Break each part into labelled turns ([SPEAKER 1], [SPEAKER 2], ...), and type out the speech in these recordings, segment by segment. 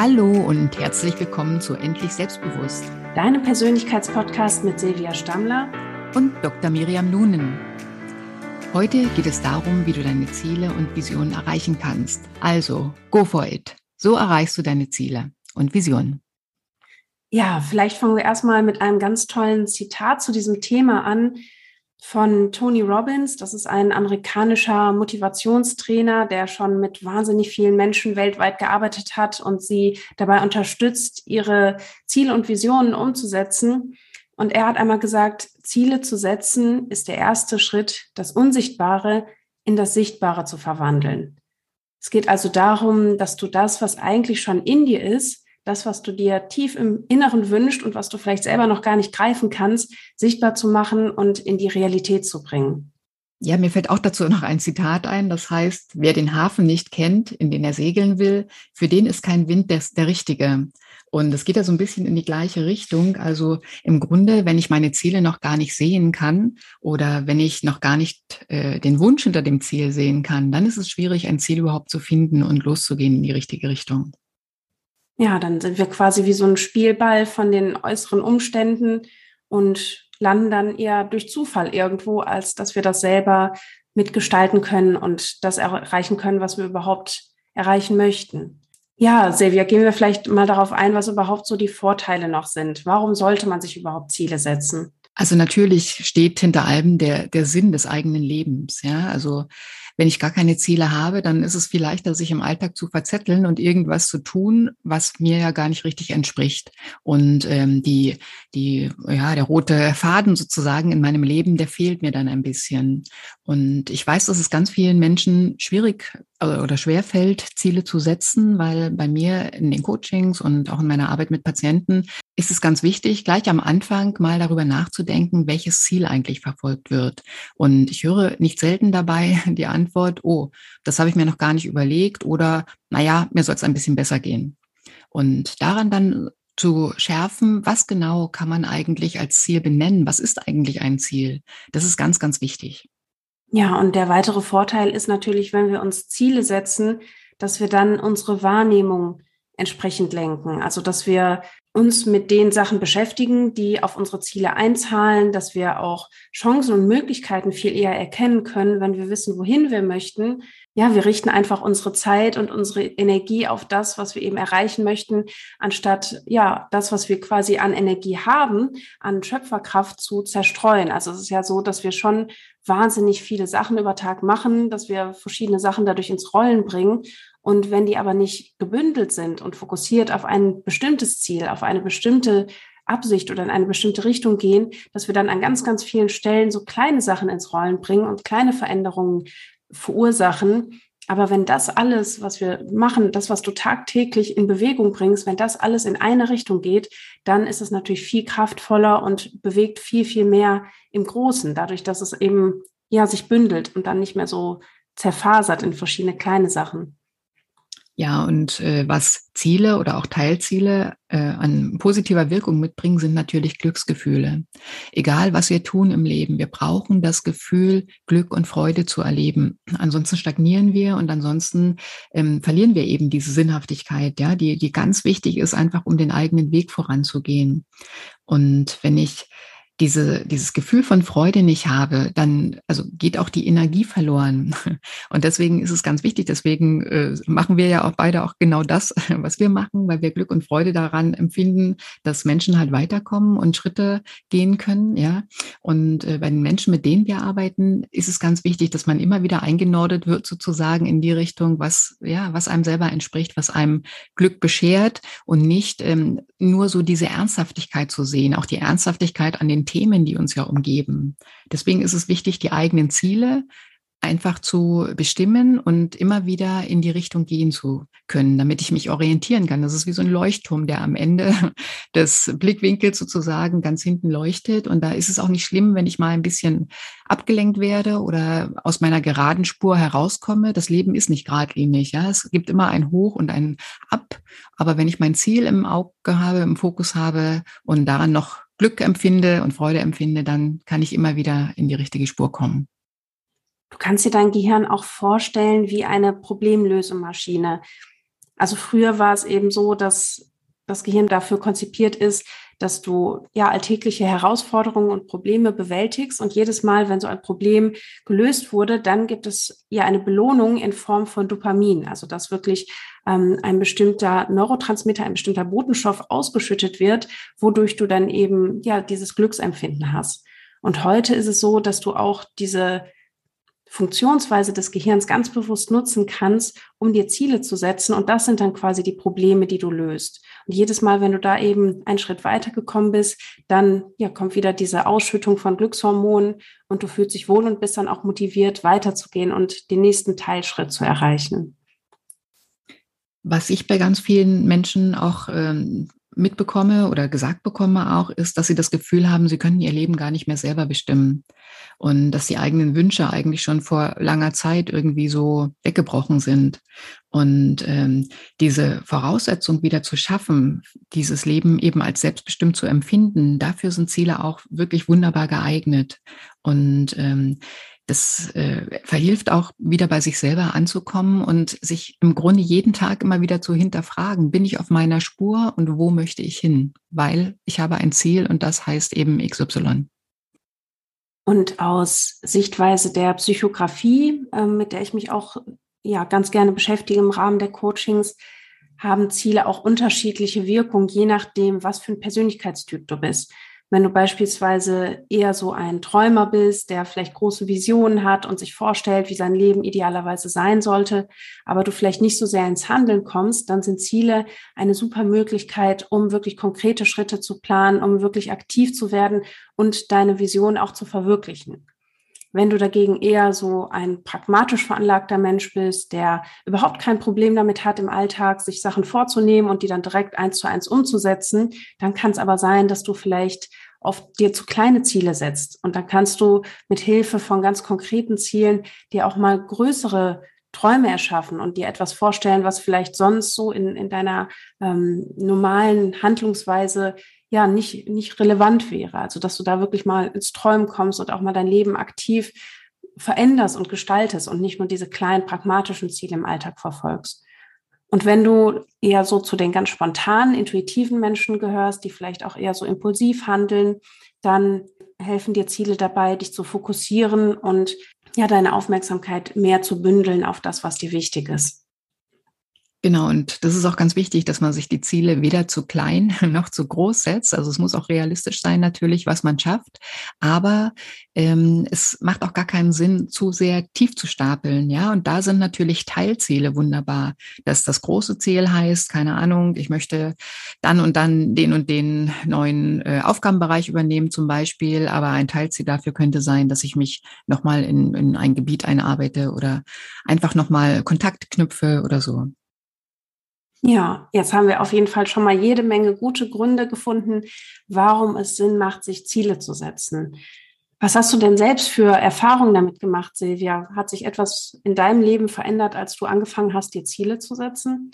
[SPEAKER 1] Hallo und herzlich willkommen zu Endlich Selbstbewusst
[SPEAKER 2] Deinem Persönlichkeitspodcast mit Silvia Stammler
[SPEAKER 1] und Dr. Miriam Nunen. Heute geht es darum, wie du deine Ziele und Visionen erreichen kannst. Also, go for it. So erreichst du deine Ziele und Visionen.
[SPEAKER 2] Ja, vielleicht fangen wir erstmal mit einem ganz tollen Zitat zu diesem Thema an von Tony Robbins. Das ist ein amerikanischer Motivationstrainer, der schon mit wahnsinnig vielen Menschen weltweit gearbeitet hat und sie dabei unterstützt, ihre Ziele und Visionen umzusetzen. Und er hat einmal gesagt, Ziele zu setzen ist der erste Schritt, das Unsichtbare in das Sichtbare zu verwandeln. Es geht also darum, dass du das, was eigentlich schon in dir ist, das, was du dir tief im Inneren wünschst und was du vielleicht selber noch gar nicht greifen kannst, sichtbar zu machen und in die Realität zu bringen.
[SPEAKER 1] Ja, mir fällt auch dazu noch ein Zitat ein. Das heißt, wer den Hafen nicht kennt, in den er segeln will, für den ist kein Wind der richtige. Und es geht ja so ein bisschen in die gleiche Richtung. Also im Grunde, wenn ich meine Ziele noch gar nicht sehen kann oder wenn ich noch gar nicht den Wunsch hinter dem Ziel sehen kann, dann ist es schwierig, ein Ziel überhaupt zu finden und loszugehen in die richtige Richtung.
[SPEAKER 2] Ja, dann sind wir quasi wie so ein Spielball von den äußeren Umständen und landen dann eher durch Zufall irgendwo, als dass wir das selber mitgestalten können und das erreichen können, was wir überhaupt erreichen möchten. Ja, Silvia, gehen wir vielleicht mal darauf ein, was überhaupt so die Vorteile noch sind. Warum sollte man sich überhaupt Ziele setzen?
[SPEAKER 1] Also natürlich steht hinter allem der Sinn des eigenen Lebens. Ja, also wenn ich gar keine Ziele habe, dann ist es viel leichter, sich im Alltag zu verzetteln und irgendwas zu tun, was mir ja gar nicht richtig entspricht. Und der rote Faden sozusagen in meinem Leben, der fehlt mir dann ein bisschen. Und ich weiß, dass es ganz vielen Menschen schwierig oder schwer fällt, Ziele zu setzen, weil bei mir in den Coachings und auch in meiner Arbeit mit Patienten ist es ganz wichtig, gleich am Anfang mal darüber nachzudenken, welches Ziel eigentlich verfolgt wird. Und ich höre nicht selten dabei die Antwort, oh, das habe ich mir noch gar nicht überlegt oder, naja, mir soll es ein bisschen besser gehen. Und daran dann zu schärfen, was genau kann man eigentlich als Ziel benennen? Was ist eigentlich ein Ziel? Das ist ganz, ganz wichtig.
[SPEAKER 2] Ja, und der weitere Vorteil ist natürlich, wenn wir uns Ziele setzen, dass wir dann unsere Wahrnehmung entsprechend lenken. Also, dass wir uns mit den Sachen beschäftigen, die auf unsere Ziele einzahlen, dass wir auch Chancen und Möglichkeiten viel eher erkennen können, wenn wir wissen, wohin wir möchten. Ja, wir richten einfach unsere Zeit und unsere Energie auf das, was wir eben erreichen möchten, anstatt, ja, das, was wir quasi an Energie haben, an Schöpferkraft zu zerstreuen. Also es ist ja so, dass wir schon wahnsinnig viele Sachen über Tag machen, dass wir verschiedene Sachen dadurch ins Rollen bringen. Und wenn die aber nicht gebündelt sind und fokussiert auf ein bestimmtes Ziel, auf eine bestimmte Absicht oder in eine bestimmte Richtung gehen, dass wir dann an ganz, ganz vielen Stellen so kleine Sachen ins Rollen bringen und kleine Veränderungen verursachen. Aber wenn das alles, was wir machen, das, was du tagtäglich in Bewegung bringst, wenn das alles in eine Richtung geht, dann ist es natürlich viel kraftvoller und bewegt viel, viel mehr im Großen, dadurch, dass es eben ja sich bündelt und dann nicht mehr so zerfasert in verschiedene kleine Sachen.
[SPEAKER 1] Ja, und was Ziele oder auch Teilziele an positiver Wirkung mitbringen, sind natürlich Glücksgefühle. Egal, was wir tun im Leben, wir brauchen das Gefühl, Glück und Freude zu erleben. Ansonsten stagnieren wir und ansonsten verlieren wir eben diese Sinnhaftigkeit, ja, die ganz wichtig ist, einfach um den eigenen Weg voranzugehen. Und wenn ich dieses Gefühl von Freude nicht habe, dann also geht auch die Energie verloren. Und deswegen ist es ganz wichtig, deswegen machen wir ja auch beide auch genau das, was wir machen, weil wir Glück und Freude daran empfinden, dass Menschen halt weiterkommen und Schritte gehen können, ja. Und bei den Menschen, mit denen wir arbeiten, ist es ganz wichtig, dass man immer wieder eingenordet wird, sozusagen in die Richtung, was einem selber entspricht, was einem Glück beschert und nicht nur so diese Ernsthaftigkeit zu sehen, auch die Ernsthaftigkeit an den Themen, die uns ja umgeben. Deswegen ist es wichtig, die eigenen Ziele einfach zu bestimmen und immer wieder in die Richtung gehen zu können, damit ich mich orientieren kann. Das ist wie so ein Leuchtturm, der am Ende des Blickwinkels sozusagen ganz hinten leuchtet. Und da ist es auch nicht schlimm, wenn ich mal ein bisschen abgelenkt werde oder aus meiner geraden Spur herauskomme. Das Leben ist nicht geradlinig. Ja, es gibt immer ein Hoch und ein Ab. Aber wenn ich mein Ziel im Auge habe, im Fokus habe und daran noch Glück empfinde und Freude empfinde, dann kann ich immer wieder in die richtige Spur kommen.
[SPEAKER 2] Du kannst dir dein Gehirn auch vorstellen wie eine Problemlösemaschine. Also früher war es eben so, dass das Gehirn dafür konzipiert ist, dass du ja alltägliche Herausforderungen und Probleme bewältigst und jedes Mal, wenn so ein Problem gelöst wurde, dann gibt es ja eine Belohnung in Form von Dopamin, also dass wirklich ein bestimmter Neurotransmitter, ein bestimmter Botenstoff ausgeschüttet wird, wodurch du dann eben ja dieses Glücksempfinden hast. Und heute ist es so, dass du auch diese Funktionsweise des Gehirns ganz bewusst nutzen kannst, um dir Ziele zu setzen. Und das sind dann quasi die Probleme, die du löst. Und jedes Mal, wenn du da eben einen Schritt weitergekommen bist, dann ja, kommt wieder diese Ausschüttung von Glückshormonen und du fühlst dich wohl und bist dann auch motiviert, weiterzugehen und den nächsten Teilschritt zu erreichen.
[SPEAKER 1] Was ich bei ganz vielen Menschen auch mitbekomme oder gesagt bekomme auch, ist, dass sie das Gefühl haben, sie können ihr Leben gar nicht mehr selber bestimmen und dass die eigenen Wünsche eigentlich schon vor langer Zeit irgendwie so weggebrochen sind. Und diese Voraussetzung wieder zu schaffen, dieses Leben eben als selbstbestimmt zu empfinden, dafür sind Ziele auch wirklich wunderbar geeignet. Und das verhilft auch wieder bei sich selber anzukommen und sich im Grunde jeden Tag immer wieder zu hinterfragen, bin ich auf meiner Spur und wo möchte ich hin? Weil ich habe ein Ziel und das heißt eben XY.
[SPEAKER 2] Und aus Sichtweise der Psychografie, mit der ich mich auch ja ganz gerne beschäftige im Rahmen der Coachings, haben Ziele auch unterschiedliche Wirkung, je nachdem, was für ein Persönlichkeitstyp du bist. Wenn du beispielsweise eher so ein Träumer bist, der vielleicht große Visionen hat und sich vorstellt, wie sein Leben idealerweise sein sollte, aber du vielleicht nicht so sehr ins Handeln kommst, dann sind Ziele eine super Möglichkeit, um wirklich konkrete Schritte zu planen, um wirklich aktiv zu werden und deine Vision auch zu verwirklichen. Wenn du dagegen eher so ein pragmatisch veranlagter Mensch bist, der überhaupt kein Problem damit hat, im Alltag sich Sachen vorzunehmen und die dann direkt 1:1 umzusetzen, dann kann es aber sein, dass du vielleicht oft dir zu kleine Ziele setzt. Und dann kannst du mit Hilfe von ganz konkreten Zielen dir auch mal größere Träume erschaffen und dir etwas vorstellen, was vielleicht sonst so in deiner normalen Handlungsweise ja nicht relevant wäre. Also dass du da wirklich mal ins Träumen kommst und auch mal dein Leben aktiv veränderst und gestaltest und nicht nur diese kleinen pragmatischen Ziele im Alltag verfolgst. Und wenn du eher so zu den ganz spontanen, intuitiven Menschen gehörst, die vielleicht auch eher so impulsiv handeln, dann helfen dir Ziele dabei, dich zu fokussieren und ja, deine Aufmerksamkeit mehr zu bündeln auf das, was dir wichtig ist.
[SPEAKER 1] Genau, und das ist auch ganz wichtig, dass man sich die Ziele weder zu klein noch zu groß setzt. Also es muss auch realistisch sein natürlich, was man schafft. Aber es macht auch gar keinen Sinn, zu sehr tief zu stapeln. Ja, und da sind natürlich Teilziele wunderbar. Dass das große Ziel heißt, keine Ahnung, ich möchte dann und den neuen Aufgabenbereich übernehmen zum Beispiel. Aber ein Teilziel dafür könnte sein, dass ich mich nochmal in ein Gebiet einarbeite oder einfach nochmal Kontakt knüpfe oder so.
[SPEAKER 2] Ja, jetzt haben wir auf jeden Fall schon mal jede Menge gute Gründe gefunden, warum es Sinn macht, sich Ziele zu setzen. Was hast du denn selbst für Erfahrungen damit gemacht, Silvia? Hat sich etwas in deinem Leben verändert, als du angefangen hast, dir Ziele zu setzen?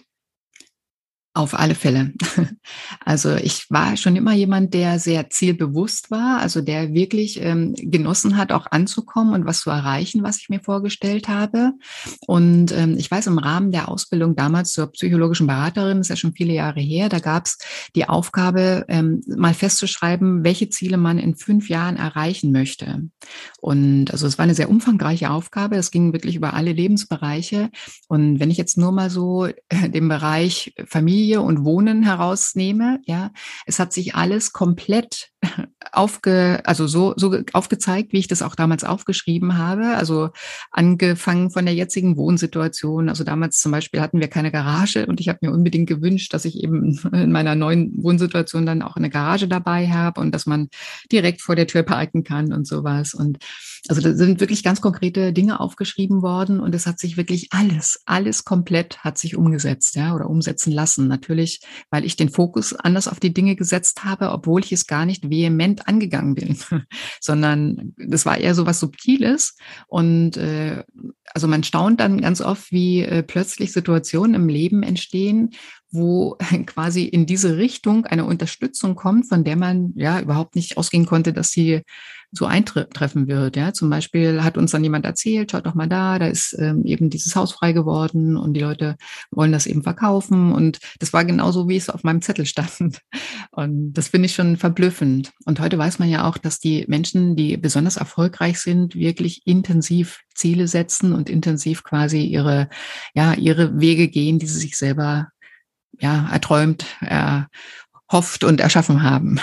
[SPEAKER 1] Auf alle Fälle. Also ich war schon immer jemand, der sehr zielbewusst war, also der wirklich genossen hat, auch anzukommen und was zu erreichen, was ich mir vorgestellt habe. Und ich weiß, im Rahmen der Ausbildung damals zur psychologischen Beraterin, ist ja schon viele Jahre her, da gab es die Aufgabe, mal festzuschreiben, welche Ziele man in 5 Jahren erreichen möchte. Und also es war eine sehr umfangreiche Aufgabe, es ging wirklich über alle Lebensbereiche. Und wenn ich jetzt nur mal so den Bereich Familie und Wohnen herausnehme, ja, es hat sich alles komplett so aufgezeigt, wie ich das auch damals aufgeschrieben habe. Also angefangen von der jetzigen Wohnsituation. Also damals zum Beispiel hatten wir keine Garage und ich habe mir unbedingt gewünscht, dass ich eben in meiner neuen Wohnsituation dann auch eine Garage dabei habe und dass man direkt vor der Tür parken kann und sowas. Und also da sind wirklich ganz konkrete Dinge aufgeschrieben worden und es hat sich wirklich alles komplett hat sich umgesetzt, ja, oder umsetzen lassen. Natürlich, weil ich den Fokus anders auf die Dinge gesetzt habe, obwohl ich es gar nicht vehement angegangen bin, sondern das war eher so was Subtiles und also man staunt dann ganz oft, wie plötzlich Situationen im Leben entstehen, wo quasi in diese Richtung eine Unterstützung kommt, von der man ja überhaupt nicht ausgehen konnte, dass sie so eintreffen wird. Ja, zum Beispiel hat uns dann jemand erzählt, schaut doch mal da ist eben dieses Haus frei geworden und die Leute wollen das eben verkaufen. Und das war genauso, wie es auf meinem Zettel stand. Und das finde ich schon verblüffend. Und heute weiß man ja auch, dass die Menschen, die besonders erfolgreich sind, wirklich intensiv Ziele setzen und intensiv quasi ihre Wege gehen, die sie sich selber erträumt, erhofft und erschaffen haben.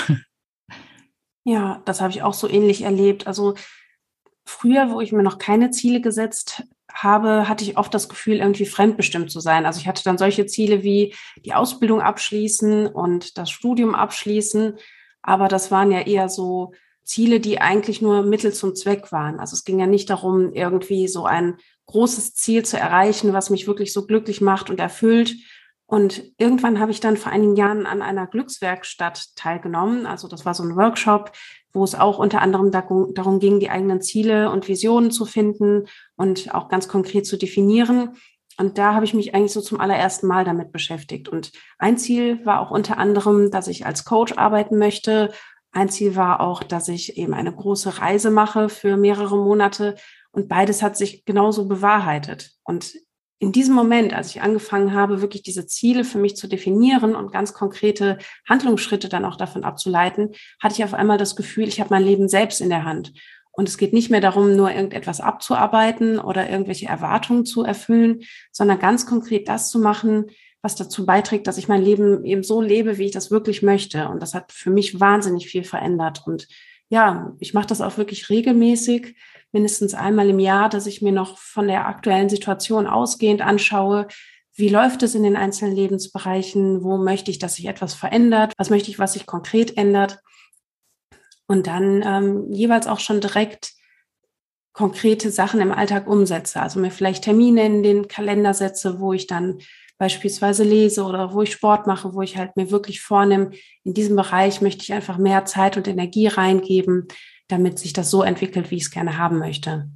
[SPEAKER 2] Ja, das habe ich auch so ähnlich erlebt. Also früher, wo ich mir noch keine Ziele gesetzt habe, hatte ich oft das Gefühl, irgendwie fremdbestimmt zu sein. Also ich hatte dann solche Ziele wie die Ausbildung abschließen und das Studium abschließen. Aber das waren ja eher so Ziele, die eigentlich nur Mittel zum Zweck waren. Also es ging ja nicht darum, irgendwie so ein großes Ziel zu erreichen, was mich wirklich so glücklich macht und erfüllt. Und irgendwann habe ich dann vor einigen Jahren an einer Glückswerkstatt teilgenommen. Also das war so ein Workshop, wo es auch unter anderem darum ging, die eigenen Ziele und Visionen zu finden und auch ganz konkret zu definieren. Und da habe ich mich eigentlich so zum allerersten Mal damit beschäftigt. Und ein Ziel war auch unter anderem, dass ich als Coach arbeiten möchte. Ein Ziel war auch, dass ich eben eine große Reise mache für mehrere Monate. Und beides hat sich genauso bewahrheitet. Und in diesem Moment, als ich angefangen habe, wirklich diese Ziele für mich zu definieren und ganz konkrete Handlungsschritte dann auch davon abzuleiten, hatte ich auf einmal das Gefühl, ich habe mein Leben selbst in der Hand. Und es geht nicht mehr darum, nur irgendetwas abzuarbeiten oder irgendwelche Erwartungen zu erfüllen, sondern ganz konkret das zu machen, was dazu beiträgt, dass ich mein Leben eben so lebe, wie ich das wirklich möchte. Und das hat für mich wahnsinnig viel verändert. Und ja, ich mache das auch wirklich regelmäßig, mindestens einmal im Jahr, dass ich mir noch von der aktuellen Situation ausgehend anschaue, wie läuft es in den einzelnen Lebensbereichen, wo möchte ich, dass sich etwas verändert, was möchte ich, was sich konkret ändert und dann jeweils auch schon direkt konkrete Sachen im Alltag umsetze, also mir vielleicht Termine in den Kalender setze, wo ich dann beispielsweise lese oder wo ich Sport mache, wo ich halt mir wirklich vornehme, in diesem Bereich möchte ich einfach mehr Zeit und Energie reingeben, damit sich das so entwickelt, wie ich es gerne haben möchte.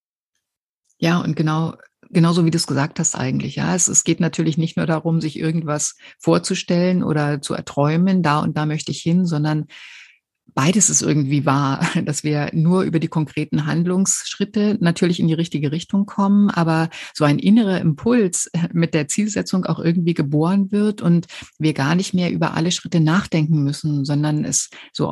[SPEAKER 1] Ja, und genauso wie du es gesagt hast eigentlich, ja. Es geht natürlich nicht nur darum, sich irgendwas vorzustellen oder zu erträumen, da und da möchte ich hin, sondern beides ist irgendwie wahr, dass wir nur über die konkreten Handlungsschritte natürlich in die richtige Richtung kommen, aber so ein innerer Impuls mit der Zielsetzung auch irgendwie geboren wird und wir gar nicht mehr über alle Schritte nachdenken müssen, sondern es so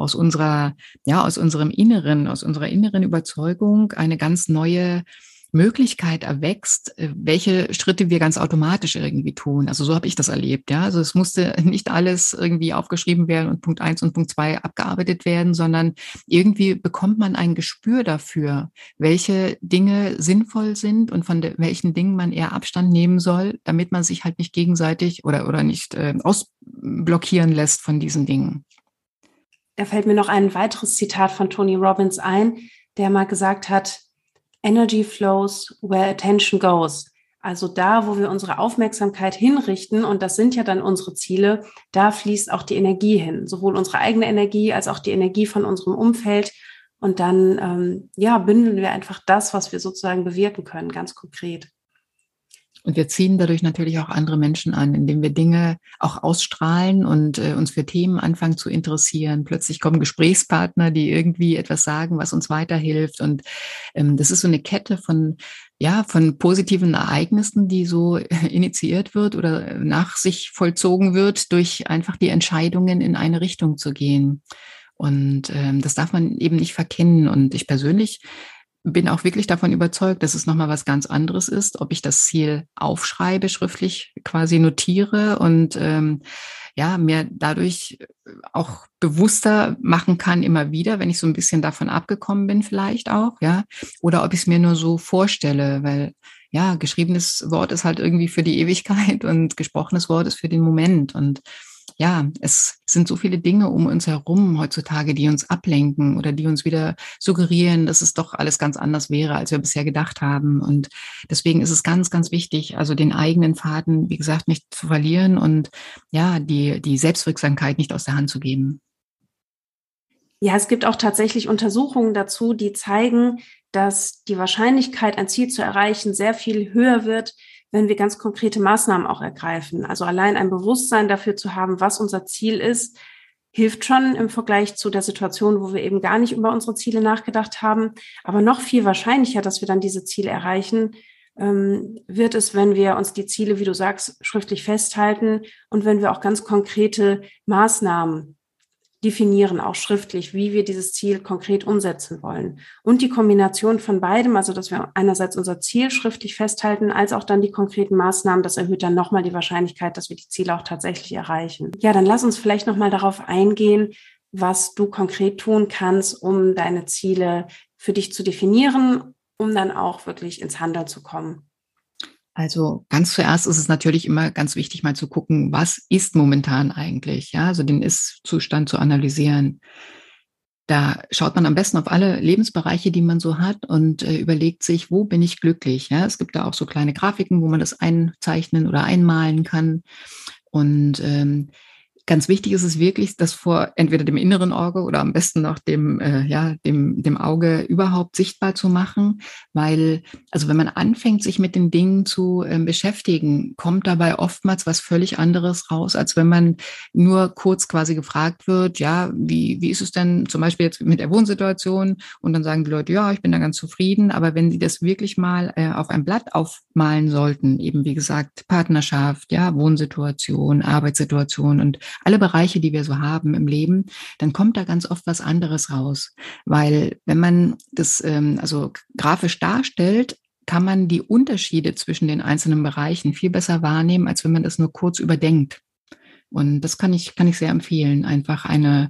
[SPEAKER 1] aus unserem Inneren, aus unserer inneren Überzeugung eine ganz neue Möglichkeit erwächst, welche Schritte wir ganz automatisch irgendwie tun. Also so habe ich das erlebt, ja. Also es musste nicht alles irgendwie aufgeschrieben werden und Punkt 1 und Punkt 2 abgearbeitet werden, sondern irgendwie bekommt man ein Gespür dafür, welche Dinge sinnvoll sind und von welchen Dingen man eher Abstand nehmen soll, damit man sich halt nicht gegenseitig oder nicht ausblockieren lässt von diesen Dingen.
[SPEAKER 2] Da fällt mir noch ein weiteres Zitat von Tony Robbins ein, der mal gesagt hat, Energy flows where attention goes. Also da, wo wir unsere Aufmerksamkeit hinrichten, und das sind ja dann unsere Ziele, da fließt auch die Energie hin. Sowohl unsere eigene Energie als auch die Energie von unserem Umfeld. Und dann bündeln wir einfach das, was wir sozusagen bewirken können, ganz konkret.
[SPEAKER 1] Und wir ziehen dadurch natürlich auch andere Menschen an, indem wir Dinge auch ausstrahlen und uns für Themen anfangen zu interessieren. Plötzlich kommen Gesprächspartner, die irgendwie etwas sagen, was uns weiterhilft. Und das ist so eine Kette von positiven Ereignissen, die so initiiert wird oder nach sich vollzogen wird durch einfach die Entscheidungen, in eine Richtung zu gehen. Und das darf man eben nicht verkennen. Und ich persönlich bin auch wirklich davon überzeugt, dass es nochmal was ganz anderes ist, ob ich das Ziel aufschreibe, schriftlich quasi notiere und mir dadurch auch bewusster machen kann immer wieder, wenn ich so ein bisschen davon abgekommen bin vielleicht auch, ja, oder ob ich es mir nur so vorstelle, weil ja, geschriebenes Wort ist halt irgendwie für die Ewigkeit und gesprochenes Wort ist für den Moment und ja, es sind so viele Dinge um uns herum heutzutage, die uns ablenken oder die uns wieder suggerieren, dass es doch alles ganz anders wäre, als wir bisher gedacht haben. Und deswegen ist es ganz, ganz wichtig, also den eigenen Faden, wie gesagt, nicht zu verlieren und ja, die Selbstwirksamkeit nicht aus der Hand zu geben.
[SPEAKER 2] Ja, es gibt auch tatsächlich Untersuchungen dazu, die zeigen, dass die Wahrscheinlichkeit, ein Ziel zu erreichen, sehr viel höher wird, wenn wir ganz konkrete Maßnahmen auch ergreifen. Also allein ein Bewusstsein dafür zu haben, was unser Ziel ist, hilft schon im Vergleich zu der Situation, wo wir eben gar nicht über unsere Ziele nachgedacht haben. Aber noch viel wahrscheinlicher, dass wir dann diese Ziele erreichen, wird es, wenn wir uns die Ziele, wie du sagst, schriftlich festhalten und wenn wir auch ganz konkrete Maßnahmen definieren, auch schriftlich, wie wir dieses Ziel konkret umsetzen wollen. Und die Kombination von beidem, also dass wir einerseits unser Ziel schriftlich festhalten, als auch dann die konkreten Maßnahmen, das erhöht dann nochmal die Wahrscheinlichkeit, dass wir die Ziele auch tatsächlich erreichen. Ja, dann lass uns vielleicht nochmal darauf eingehen, was du konkret tun kannst, um deine Ziele für dich zu definieren, um dann auch wirklich ins Handeln zu kommen.
[SPEAKER 1] Also ganz zuerst ist es natürlich immer ganz wichtig, mal zu gucken, was ist momentan eigentlich, ja, also den Ist-Zustand zu analysieren. Da schaut man am besten auf alle Lebensbereiche, die man so hat und überlegt sich, wo bin ich glücklich, ja. Es gibt da auch so kleine Grafiken, wo man das einzeichnen oder einmalen kann und ganz wichtig ist es wirklich, das vor entweder dem inneren Auge oder am besten noch dem Auge überhaupt sichtbar zu machen, weil, also wenn man anfängt, sich mit den Dingen zu beschäftigen, kommt dabei oftmals was völlig anderes raus, als wenn man nur kurz quasi gefragt wird, ja, wie ist es denn zum Beispiel jetzt mit der Wohnsituation? Und dann sagen die Leute, ja, ich bin da ganz zufrieden, aber wenn sie das wirklich mal auf ein Blatt aufmalen sollten, eben wie gesagt, Partnerschaft, ja, Wohnsituation, Arbeitssituation und alle Bereiche, die wir so haben im Leben, dann kommt da ganz oft was anderes raus. Weil wenn man das also grafisch darstellt, kann man die Unterschiede zwischen den einzelnen Bereichen viel besser wahrnehmen, als wenn man das nur kurz überdenkt. Und das kann ich sehr empfehlen, einfach ein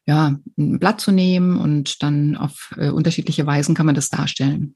[SPEAKER 1] Blatt zu nehmen und dann auf unterschiedliche Weisen kann man das darstellen.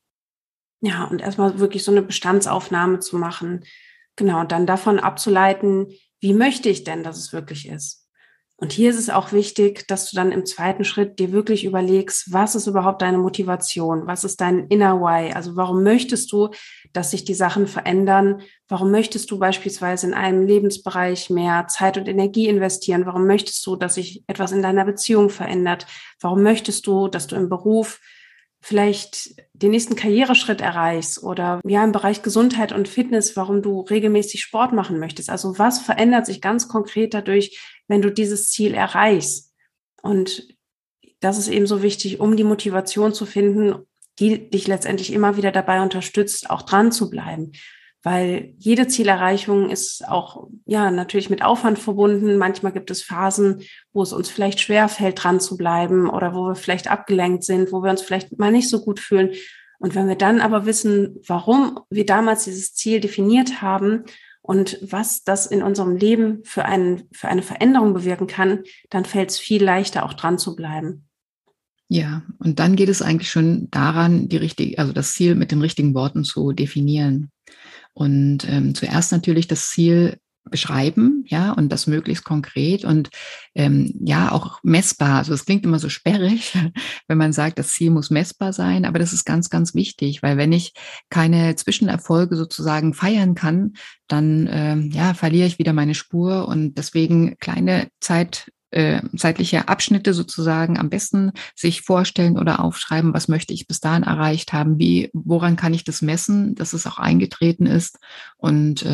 [SPEAKER 2] Ja, und erstmal wirklich so eine Bestandsaufnahme zu machen. Genau, und dann davon abzuleiten, wie möchte ich denn, dass es wirklich ist? Und hier ist es auch wichtig, dass du dann im zweiten Schritt dir wirklich überlegst, was ist überhaupt deine Motivation? Was ist dein Inner Why? Also warum möchtest du, dass sich die Sachen verändern? Warum möchtest du beispielsweise in einem Lebensbereich mehr Zeit und Energie investieren? Warum möchtest du, dass sich etwas in deiner Beziehung verändert? Warum möchtest du, dass du im Beruf vielleicht den nächsten Karriereschritt erreichst oder ja im Bereich Gesundheit und Fitness, warum du regelmäßig Sport machen möchtest. Also was verändert sich ganz konkret dadurch, wenn du dieses Ziel erreichst? Und das ist eben so wichtig, um die Motivation zu finden, die dich letztendlich immer wieder dabei unterstützt, auch dran zu bleiben. Weil jede Zielerreichung ist auch, ja, natürlich mit Aufwand verbunden. Manchmal gibt es Phasen, wo es uns vielleicht schwerfällt, dran zu bleiben oder wo wir vielleicht abgelenkt sind, wo wir uns vielleicht mal nicht so gut fühlen. Und wenn wir dann aber wissen, warum wir damals dieses Ziel definiert haben und was das in unserem Leben für eine Veränderung bewirken kann, dann fällt es viel leichter, auch dran zu bleiben.
[SPEAKER 1] Ja, und dann geht es eigentlich schon daran, das Ziel mit den richtigen Worten zu definieren. Und zuerst natürlich das Ziel beschreiben, ja, und das möglichst konkret und auch messbar. Also es klingt immer so sperrig, wenn man sagt, das Ziel muss messbar sein, aber das ist ganz, ganz wichtig, weil wenn ich keine Zwischenerfolge sozusagen feiern kann, dann verliere ich wieder meine Spur und deswegen kleine zeitliche Abschnitte sozusagen am besten sich vorstellen oder aufschreiben, was möchte ich bis dahin erreicht haben, woran kann ich das messen, dass es auch eingetreten ist und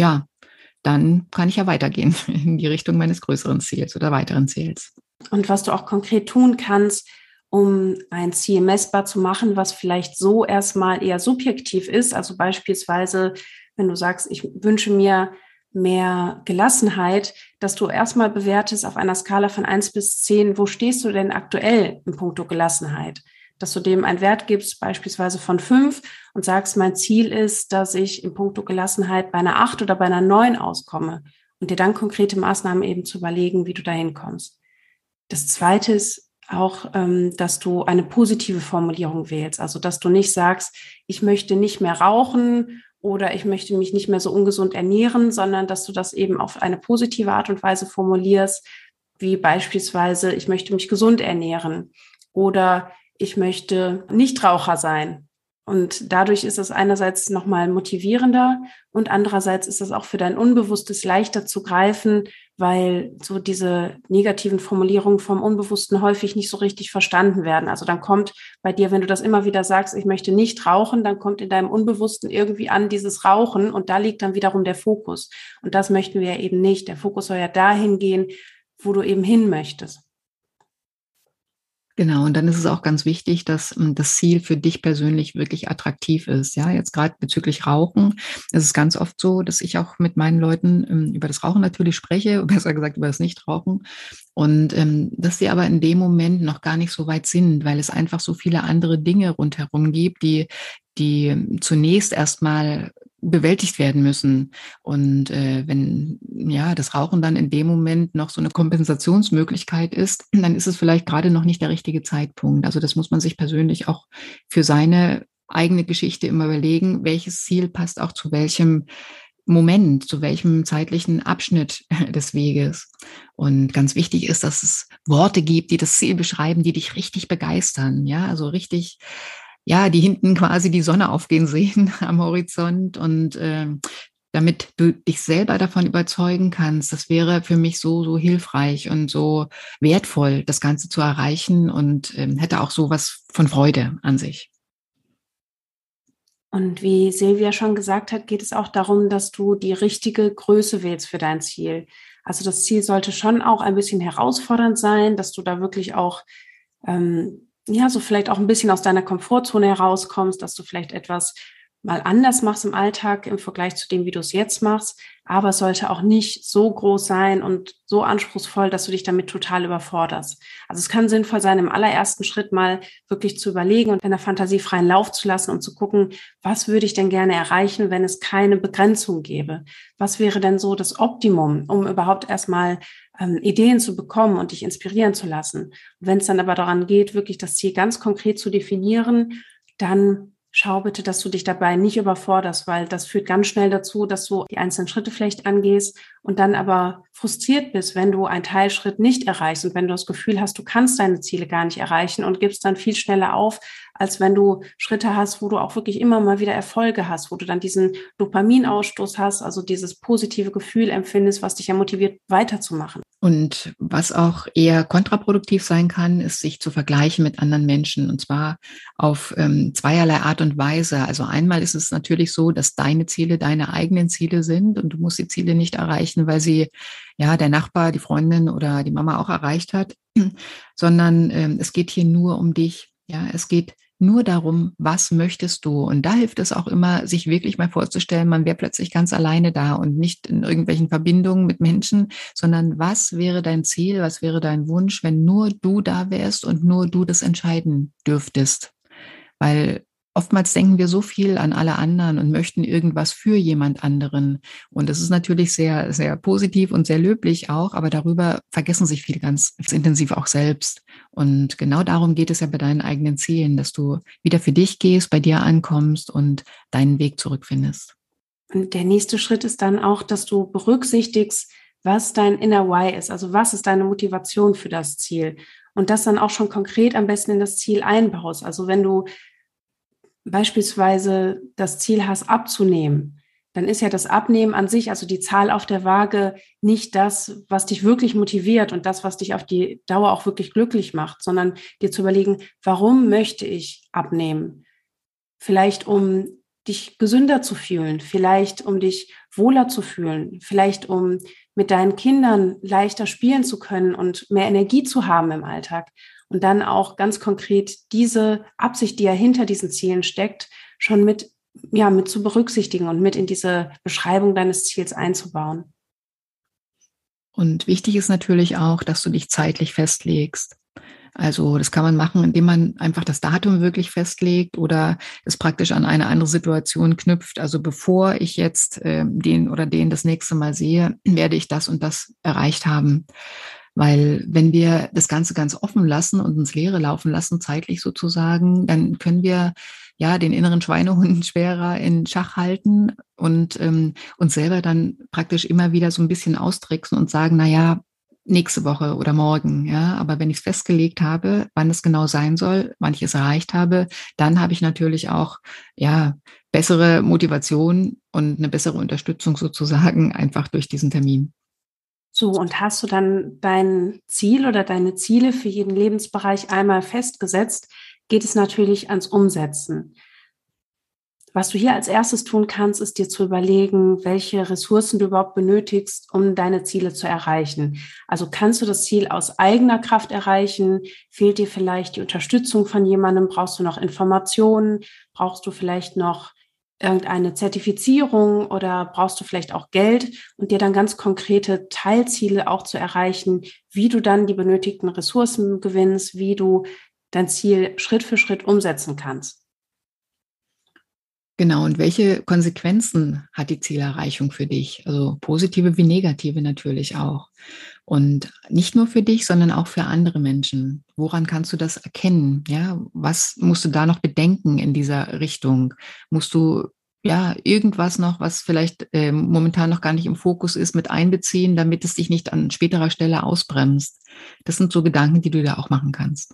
[SPEAKER 1] dann kann ich ja weitergehen in die Richtung meines größeren Ziels oder weiteren Ziels.
[SPEAKER 2] Und was du auch konkret tun kannst, um ein Ziel messbar zu machen, was vielleicht so erstmal eher subjektiv ist, also beispielsweise, wenn du sagst, ich wünsche mir mehr Gelassenheit, dass du erstmal bewertest auf einer Skala von 1 bis 10, wo stehst du denn aktuell in puncto Gelassenheit? Dass du dem einen Wert gibst, beispielsweise von 5 und sagst, mein Ziel ist, dass ich in puncto Gelassenheit bei einer 8 oder bei einer 9 auskomme und dir dann konkrete Maßnahmen eben zu überlegen, wie du dahin kommst. Das Zweite ist auch, dass du eine positive Formulierung wählst, also dass du nicht sagst, ich möchte nicht mehr rauchen oder ich möchte mich nicht mehr so ungesund ernähren, sondern dass du das eben auf eine positive Art und Weise formulierst, wie beispielsweise, ich möchte mich gesund ernähren oder ich möchte Nichtraucher sein. Und dadurch ist es einerseits nochmal motivierender und andererseits ist es auch für dein Unbewusstes leichter zu greifen, weil so diese negativen Formulierungen vom Unbewussten häufig nicht so richtig verstanden werden. Also dann kommt bei dir, wenn du das immer wieder sagst, ich möchte nicht rauchen, dann kommt in deinem Unbewussten irgendwie an dieses Rauchen und da liegt dann wiederum der Fokus. Und das möchten wir ja eben nicht. Der Fokus soll ja dahin gehen, wo du eben hin möchtest.
[SPEAKER 1] Genau, und dann ist es auch ganz wichtig, dass das Ziel für dich persönlich wirklich attraktiv ist. Ja, jetzt gerade bezüglich Rauchen ist es ganz oft so, dass ich auch mit meinen Leuten über das Rauchen natürlich spreche, besser gesagt über das Nichtrauchen. Und dass sie aber in dem Moment noch gar nicht so weit sind, weil es einfach so viele andere Dinge rundherum gibt, die zunächst erstmal bewältigt werden müssen. Und wenn ja das Rauchen dann in dem Moment noch so eine Kompensationsmöglichkeit ist, dann ist es vielleicht gerade noch nicht der richtige Zeitpunkt. Also das muss man sich persönlich auch für seine eigene Geschichte immer überlegen, welches Ziel passt auch zu welchem Moment, zu welchem zeitlichen Abschnitt des Weges. Und ganz wichtig ist, dass es Worte gibt, die das Ziel beschreiben, die dich richtig begeistern. Ja, also richtig, ja, die hinten quasi die Sonne aufgehen sehen am Horizont und damit du dich selber davon überzeugen kannst, das wäre für mich so hilfreich und so wertvoll, das Ganze zu erreichen und hätte auch so was von Freude an sich.
[SPEAKER 2] Und wie Silvia schon gesagt hat, geht es auch darum, dass du die richtige Größe wählst für dein Ziel. Also das Ziel sollte schon auch ein bisschen herausfordernd sein, dass du da wirklich auch, so vielleicht auch ein bisschen aus deiner Komfortzone herauskommst, dass du vielleicht etwas mal anders machst im Alltag im Vergleich zu dem, wie du es jetzt machst. Aber es sollte auch nicht so groß sein und so anspruchsvoll, dass du dich damit total überforderst. Also es kann sinnvoll sein, im allerersten Schritt mal wirklich zu überlegen und deiner Fantasie freien Lauf zu lassen und zu gucken, was würde ich denn gerne erreichen, wenn es keine Begrenzung gäbe? Was wäre denn so das Optimum, um überhaupt erstmal Ideen zu bekommen und dich inspirieren zu lassen? Und wenn es dann aber daran geht, wirklich das Ziel ganz konkret zu definieren, dann schau bitte, dass du dich dabei nicht überforderst, weil das führt ganz schnell dazu, dass du die einzelnen Schritte vielleicht angehst und dann aber frustriert bist, wenn du einen Teilschritt nicht erreichst und wenn du das Gefühl hast, du kannst deine Ziele gar nicht erreichen und gibst dann viel schneller auf, als wenn du Schritte hast, wo du auch wirklich immer mal wieder Erfolge hast, wo du dann diesen Dopaminausstoß hast, also dieses positive Gefühl empfindest, was dich ja motiviert, weiterzumachen.
[SPEAKER 1] Und was auch eher kontraproduktiv sein kann, ist, sich zu vergleichen mit anderen Menschen, und zwar auf zweierlei Art und Weise. Also einmal ist es natürlich so, dass deine Ziele deine eigenen Ziele sind und du musst die Ziele nicht erreichen, weil sie ja der Nachbar, die Freundin oder die Mama auch erreicht hat, sondern es geht hier nur um dich. Ja, es geht nur darum, was möchtest du? Und da hilft es auch immer, sich wirklich mal vorzustellen, man wäre plötzlich ganz alleine da und nicht in irgendwelchen Verbindungen mit Menschen, sondern was wäre dein Ziel, was wäre dein Wunsch, wenn nur du da wärst und nur du das entscheiden dürftest? Weil oftmals denken wir so viel an alle anderen und möchten irgendwas für jemand anderen. Und das ist natürlich sehr, sehr positiv und sehr löblich auch, aber darüber vergessen sich viele ganz intensiv auch selbst. Und genau darum geht es ja bei deinen eigenen Zielen, dass du wieder für dich gehst, bei dir ankommst und deinen Weg zurückfindest.
[SPEAKER 2] Und der nächste Schritt ist dann auch, dass du berücksichtigst, was dein Inner Why ist, also was ist deine Motivation für das Ziel und das dann auch schon konkret am besten in das Ziel einbaust. Also wenn du beispielsweise das Ziel hast, abzunehmen, dann ist ja das Abnehmen an sich, also die Zahl auf der Waage, nicht das, was dich wirklich motiviert und das, was dich auf die Dauer auch wirklich glücklich macht, sondern dir zu überlegen, warum möchte ich abnehmen? Vielleicht um dich gesünder zu fühlen, vielleicht um dich wohler zu fühlen, vielleicht um mit deinen Kindern leichter spielen zu können und mehr Energie zu haben im Alltag. Und dann auch ganz konkret diese Absicht, die ja hinter diesen Zielen steckt, schon mit zu berücksichtigen und mit in diese Beschreibung deines Ziels einzubauen.
[SPEAKER 1] Und wichtig ist natürlich auch, dass du dich zeitlich festlegst. Also das kann man machen, indem man einfach das Datum wirklich festlegt oder es praktisch an eine andere Situation knüpft. Also bevor ich jetzt den oder den das nächste Mal sehe, werde ich das und das erreicht haben. Weil wenn wir das Ganze ganz offen lassen und ins Leere laufen lassen, zeitlich sozusagen, dann können wir ja den inneren Schweinehund schwerer in Schach halten und uns selber dann praktisch immer wieder so ein bisschen austricksen und sagen, na ja, nächste Woche oder morgen, ja. Aber wenn ich es festgelegt habe, wann es genau sein soll, wann ich es erreicht habe, dann habe ich natürlich auch, ja, bessere Motivation und eine bessere Unterstützung sozusagen einfach durch diesen Termin.
[SPEAKER 2] So, und hast du dann dein Ziel oder deine Ziele für jeden Lebensbereich einmal festgesetzt, geht es natürlich ans Umsetzen. Was du hier als erstes tun kannst, ist dir zu überlegen, welche Ressourcen du überhaupt benötigst, um deine Ziele zu erreichen. Also kannst du das Ziel aus eigener Kraft erreichen? Fehlt dir vielleicht die Unterstützung von jemandem? Brauchst du noch Informationen? Brauchst du vielleicht noch irgendeine Zertifizierung oder brauchst du vielleicht auch Geld und dir dann ganz konkrete Teilziele auch zu erreichen, wie du dann die benötigten Ressourcen gewinnst, wie du dein Ziel Schritt für Schritt umsetzen kannst.
[SPEAKER 1] Genau, und welche Konsequenzen hat die Zielerreichung für dich? Also positive wie negative natürlich auch. Und nicht nur für dich, sondern auch für andere Menschen. Woran kannst du das erkennen? Ja, was musst du da noch bedenken in dieser Richtung? Musst du ja irgendwas noch, was vielleicht momentan noch gar nicht im Fokus ist, mit einbeziehen, damit es dich nicht an späterer Stelle ausbremst? Das sind so Gedanken, die du da auch machen kannst.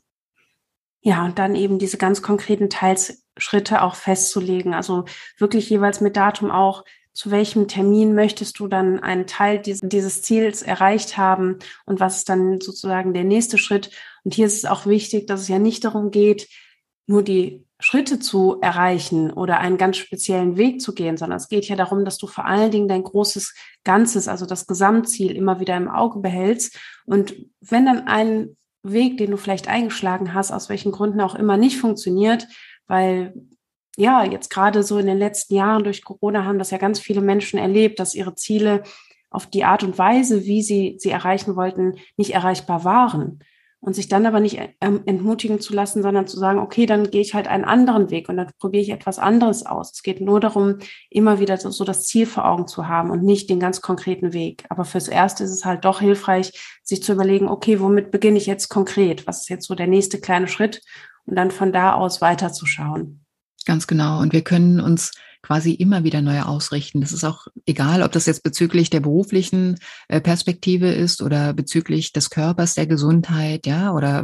[SPEAKER 2] Ja, und dann eben diese ganz konkreten Teilschritte auch festzulegen. Also wirklich jeweils mit Datum auch, zu welchem Termin möchtest du dann einen Teil dieses Ziels erreicht haben und was ist dann sozusagen der nächste Schritt. Und hier ist es auch wichtig, dass es ja nicht darum geht, nur die Schritte zu erreichen oder einen ganz speziellen Weg zu gehen, sondern es geht ja darum, dass du vor allen Dingen dein großes Ganzes, also das Gesamtziel immer wieder im Auge behältst. Und wenn dann ein Weg, den du vielleicht eingeschlagen hast, aus welchen Gründen auch immer nicht funktioniert, weil ja, jetzt gerade so in den letzten Jahren durch Corona haben das ja ganz viele Menschen erlebt, dass ihre Ziele auf die Art und Weise, wie sie erreichen wollten, nicht erreichbar waren. Und sich dann aber nicht entmutigen zu lassen, sondern zu sagen, okay, dann gehe ich halt einen anderen Weg und dann probiere ich etwas anderes aus. Es geht nur darum, immer wieder so das Ziel vor Augen zu haben und nicht den ganz konkreten Weg. Aber fürs Erste ist es halt doch hilfreich, sich zu überlegen, okay, womit beginne ich jetzt konkret? Was ist jetzt so der nächste kleine Schritt? Und dann von da aus weiterzuschauen.
[SPEAKER 1] Ganz genau. Und wir können uns quasi immer wieder neu ausrichten. Das ist auch egal, ob das jetzt bezüglich der beruflichen Perspektive ist oder bezüglich des Körpers, der Gesundheit, ja, oder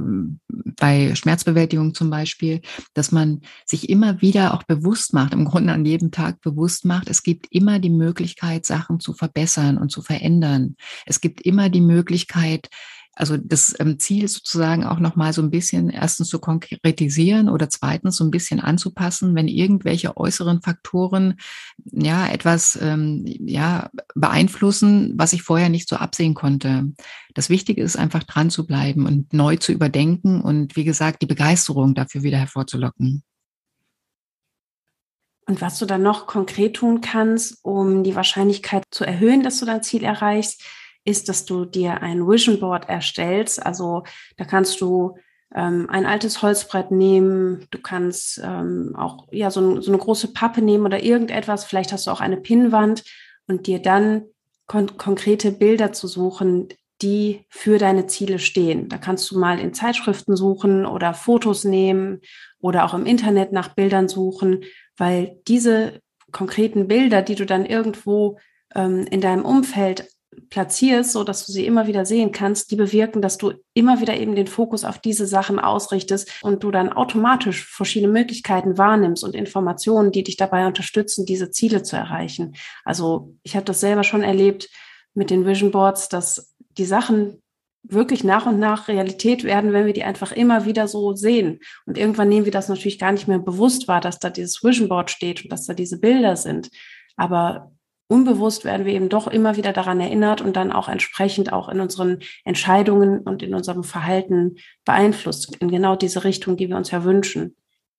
[SPEAKER 1] bei Schmerzbewältigung zum Beispiel, dass man sich immer wieder auch bewusst macht, im Grunde an jedem Tag bewusst macht, es gibt immer die Möglichkeit, Sachen zu verbessern und zu verändern. Es gibt immer die Möglichkeit, also das Ziel sozusagen auch nochmal so ein bisschen erstens zu konkretisieren oder zweitens so ein bisschen anzupassen, wenn irgendwelche äußeren Faktoren ja etwas ja beeinflussen, was ich vorher nicht so absehen konnte. Das Wichtige ist einfach dran zu bleiben und neu zu überdenken und wie gesagt, die Begeisterung dafür wieder hervorzulocken.
[SPEAKER 2] Und was du dann noch konkret tun kannst, um die Wahrscheinlichkeit zu erhöhen, dass du dein Ziel erreichst, ist, dass du dir ein Vision Board erstellst. Also da kannst du ein altes Holzbrett nehmen. Du kannst auch ja so eine große Pappe nehmen oder irgendetwas. Vielleicht hast du auch eine Pinnwand und dir dann konkrete Bilder zu suchen, die für deine Ziele stehen. Da kannst du mal in Zeitschriften suchen oder Fotos nehmen oder auch im Internet nach Bildern suchen, weil diese konkreten Bilder, die du dann irgendwo in deinem Umfeld platzierst, so dass du sie immer wieder sehen kannst, die bewirken, dass du immer wieder eben den Fokus auf diese Sachen ausrichtest und du dann automatisch verschiedene Möglichkeiten wahrnimmst und Informationen, die dich dabei unterstützen, diese Ziele zu erreichen. Also ich habe das selber schon erlebt mit den Vision Boards, dass die Sachen wirklich nach und nach Realität werden, wenn wir die einfach immer wieder so sehen. Und irgendwann nehmen wir das natürlich gar nicht mehr bewusst wahr, dass da dieses Vision Board steht und dass da diese Bilder sind. Aber unbewusst werden wir eben doch immer wieder daran erinnert und dann auch entsprechend auch in unseren Entscheidungen und in unserem Verhalten beeinflusst, in genau diese Richtung, die wir uns ja wünschen.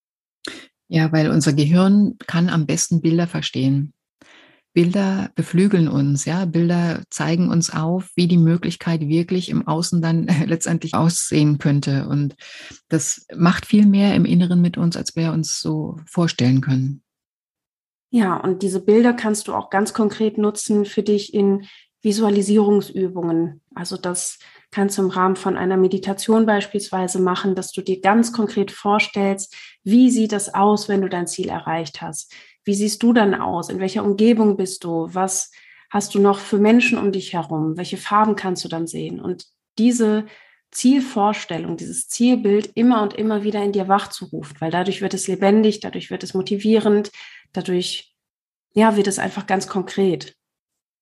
[SPEAKER 1] Ja, weil unser Gehirn kann am besten Bilder verstehen. Bilder beflügeln uns, ja. Bilder zeigen uns auf, wie die Möglichkeit wirklich im Außen dann letztendlich aussehen könnte. Und das macht viel mehr im Inneren mit uns, als wir uns so vorstellen können.
[SPEAKER 2] Ja, und diese Bilder kannst du auch ganz konkret nutzen für dich in Visualisierungsübungen. Also das kannst du im Rahmen von einer Meditation beispielsweise machen, dass du dir ganz konkret vorstellst, wie sieht das aus, wenn du dein Ziel erreicht hast? Wie siehst du dann aus? In welcher Umgebung bist du? Was hast du noch für Menschen um dich herum? Welche Farben kannst du dann sehen? Und diese Zielvorstellung, dieses Zielbild immer und immer wieder in dir wachzurufen, weil dadurch wird es lebendig, dadurch wird es motivierend, dadurch, ja, wird es einfach ganz konkret.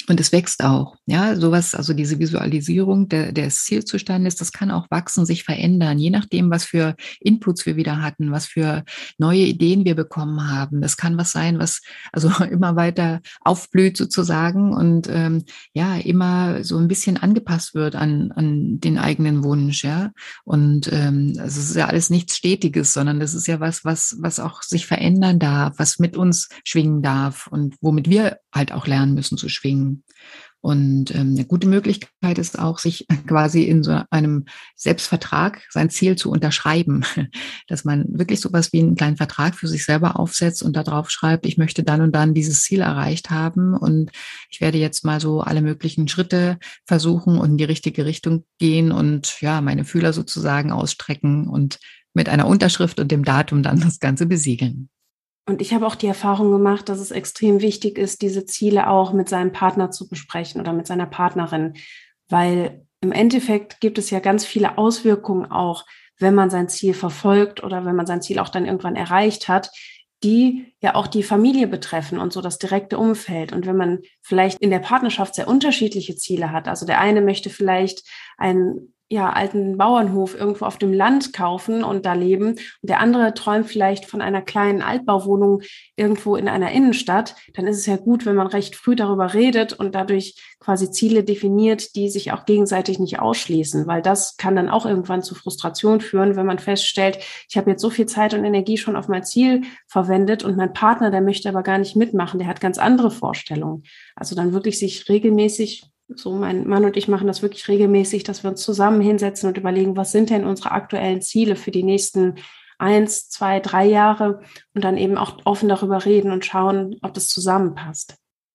[SPEAKER 1] Und es wächst auch, ja, sowas, also diese Visualisierung des Zielzustandes, das kann auch wachsen, sich verändern, je nachdem, was für Inputs wir wieder hatten, was für neue Ideen wir bekommen haben. Das kann was sein, was also immer weiter aufblüht sozusagen und ja, immer so ein bisschen angepasst wird an den eigenen Wunsch, ja. Und also es ist ja alles nichts Stetiges, sondern das ist ja was auch sich verändern darf, was mit uns schwingen darf und womit wir halt auch lernen müssen zu schwingen. Und eine gute Möglichkeit ist auch, sich quasi in so einem Selbstvertrag sein Ziel zu unterschreiben, dass man wirklich sowas wie einen kleinen Vertrag für sich selber aufsetzt und da drauf schreibt, ich möchte dann und dann dieses Ziel erreicht haben und ich werde jetzt mal so alle möglichen Schritte versuchen und in die richtige Richtung gehen und ja, meine Fühler sozusagen ausstrecken und mit einer Unterschrift und dem Datum dann das Ganze besiegeln.
[SPEAKER 2] Und ich habe auch die Erfahrung gemacht, dass es extrem wichtig ist, diese Ziele auch mit seinem Partner zu besprechen oder mit seiner Partnerin, weil im Endeffekt gibt es ja ganz viele Auswirkungen auch, wenn man sein Ziel verfolgt oder wenn man sein Ziel auch dann irgendwann erreicht hat, die ja auch die Familie betreffen und so das direkte Umfeld. Und wenn man vielleicht in der Partnerschaft sehr unterschiedliche Ziele hat, also der eine möchte vielleicht einen alten Bauernhof irgendwo auf dem Land kaufen und da leben. Und der andere träumt vielleicht von einer kleinen Altbauwohnung irgendwo in einer Innenstadt. Dann ist es ja gut, wenn man recht früh darüber redet und dadurch quasi Ziele definiert, die sich auch gegenseitig nicht ausschließen, weil das kann dann auch irgendwann zu Frustration führen, wenn man feststellt, ich habe jetzt so viel Zeit und Energie schon auf mein Ziel verwendet und mein Partner, der möchte aber gar nicht mitmachen, der hat ganz andere Vorstellungen. Also dann wirklich sich regelmäßig, so mein Mann und ich machen das wirklich regelmäßig, dass wir uns zusammen hinsetzen und überlegen, was sind denn unsere aktuellen Ziele für die nächsten 1, 2, 3 Jahre und dann eben auch offen darüber reden und schauen, ob das zusammenpasst.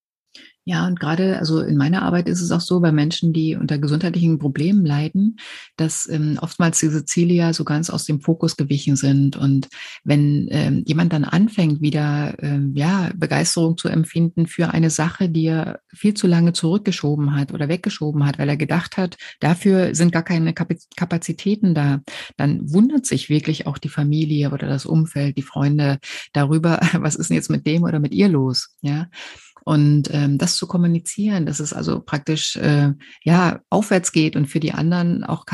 [SPEAKER 1] Ja, und gerade, also in meiner Arbeit ist es auch so, bei Menschen, die unter gesundheitlichen Problemen leiden, dass oftmals diese Ziele ja so ganz aus dem Fokus gewichen sind. Und wenn jemand dann anfängt, wieder ja, Begeisterung zu empfinden für eine Sache, die er viel zu lange zurückgeschoben hat oder weggeschoben hat, weil er gedacht hat, dafür sind gar keine Kapazitäten da, dann wundert sich wirklich auch die Familie oder das Umfeld, die Freunde darüber, was ist denn jetzt mit dem oder mit ihr los, ja? Und das zu kommunizieren, dass es also praktisch ja aufwärts geht und für die anderen auch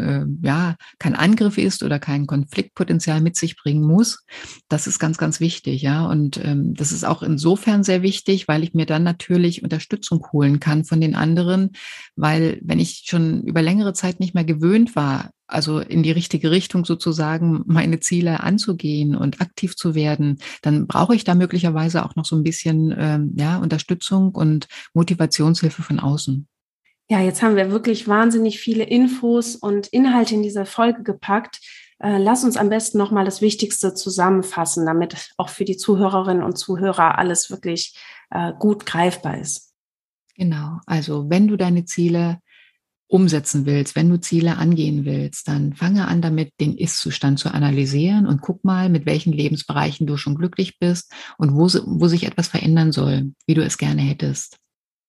[SPEAKER 1] kein Angriff ist oder kein Konfliktpotenzial mit sich bringen muss, das ist ganz, ganz wichtig, ja. Und das ist auch insofern sehr wichtig, weil ich mir dann natürlich Unterstützung holen kann von den anderen, weil wenn ich schon über längere Zeit nicht mehr gewöhnt war, also in die richtige Richtung sozusagen meine Ziele anzugehen und aktiv zu werden, dann brauche ich da möglicherweise auch noch so ein bisschen ja, Unterstützung und Motivationshilfe von außen.
[SPEAKER 2] Ja, jetzt haben wir wirklich wahnsinnig viele Infos und Inhalte in dieser Folge gepackt. Lass uns am besten nochmal das Wichtigste zusammenfassen, damit auch für die Zuhörerinnen und Zuhörer alles wirklich gut greifbar ist.
[SPEAKER 1] Genau. Also wenn du deine Ziele umsetzen willst, wenn du Ziele angehen willst, dann fange an damit, den Ist-Zustand zu analysieren und guck mal, mit welchen Lebensbereichen du schon glücklich bist und wo sich etwas verändern soll, wie du es gerne hättest.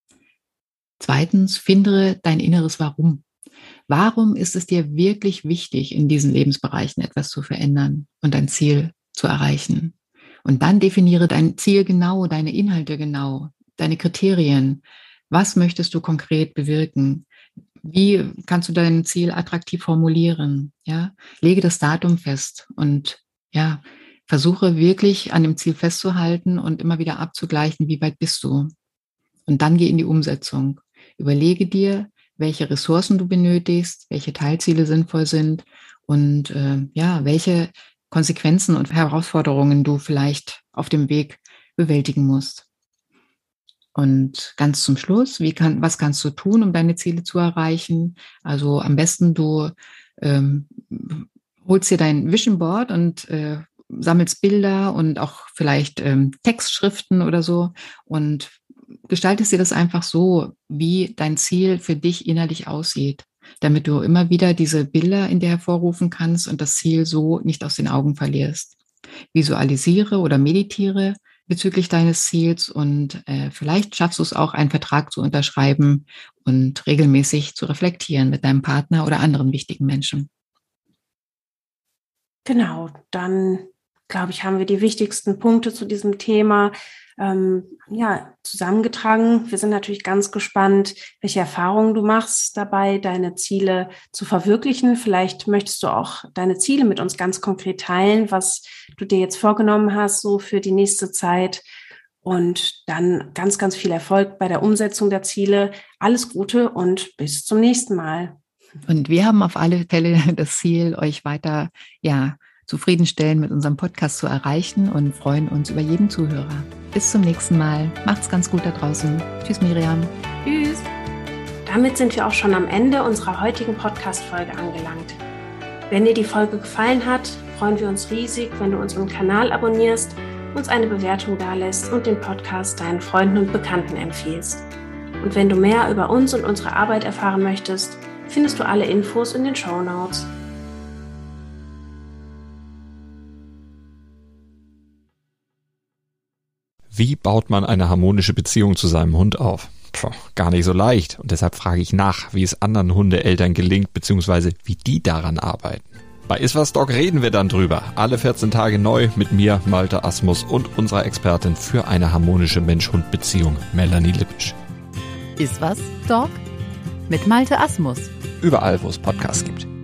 [SPEAKER 1] Zweitens, finde dein inneres Warum. Warum ist es dir wirklich wichtig, in diesen Lebensbereichen etwas zu verändern und dein Ziel zu erreichen? Und dann definiere dein Ziel genau, deine Inhalte genau, deine Kriterien. Was möchtest du konkret bewirken? Wie kannst du dein Ziel attraktiv formulieren? Ja, lege das Datum fest und ja, versuche wirklich an dem Ziel festzuhalten und immer wieder abzugleichen, wie weit bist du? Und dann geh in die Umsetzung. Überlege dir, welche Ressourcen du benötigst, welche Teilziele sinnvoll sind und ja, welche Konsequenzen und Herausforderungen du vielleicht auf dem Weg bewältigen musst. Und ganz zum Schluss, was kannst du tun, um deine Ziele zu erreichen? Also am besten du ähm, holst dir dein Vision Board und sammelst Bilder und auch vielleicht Textschriften oder so und gestaltest dir das einfach so, wie dein Ziel für dich innerlich aussieht, damit du immer wieder diese Bilder in dir hervorrufen kannst und das Ziel so nicht aus den Augen verlierst. Visualisiere oder meditiere bezüglich deines Ziels und vielleicht schaffst du es auch, einen Vertrag zu unterschreiben und regelmäßig zu reflektieren mit deinem Partner oder anderen wichtigen Menschen.
[SPEAKER 2] Genau, dann glaube ich, haben wir die wichtigsten Punkte zu diesem Thema zusammengetragen. Wir sind natürlich ganz gespannt, welche Erfahrungen du machst dabei, deine Ziele zu verwirklichen. Vielleicht möchtest du auch deine Ziele mit uns ganz konkret teilen, was du dir jetzt vorgenommen hast, so für die nächste Zeit. Und dann ganz, ganz viel Erfolg bei der Umsetzung der Ziele. Alles Gute und bis zum nächsten Mal.
[SPEAKER 1] Und wir haben auf alle Fälle das Ziel, euch weiter, zufriedenstellen mit unserem Podcast zu erreichen und freuen uns über jeden Zuhörer. Bis zum nächsten Mal. Macht's ganz gut da draußen. Tschüss, Miriam.
[SPEAKER 2] Tschüss. Damit sind wir auch schon am Ende unserer heutigen Podcast-Folge angelangt. Wenn dir die Folge gefallen hat, freuen wir uns riesig, wenn du unseren Kanal abonnierst, uns eine Bewertung dalässt und den Podcast deinen Freunden und Bekannten empfiehlst. Und wenn du mehr über uns und unsere Arbeit erfahren möchtest, findest du alle Infos in den Shownotes.
[SPEAKER 3] Wie baut man eine harmonische Beziehung zu seinem Hund auf? Gar nicht so leicht. Und deshalb frage ich nach, wie es anderen Hundeeltern gelingt, beziehungsweise wie die daran arbeiten. Bei Iswas Dog reden wir dann drüber. Alle 14 Tage neu mit mir, Malte Asmus und unserer Expertin für eine harmonische Mensch-Hund-Beziehung, Melanie Lippisch.
[SPEAKER 4] Iswas Dog mit Malte Asmus.
[SPEAKER 3] Überall, wo es Podcasts gibt.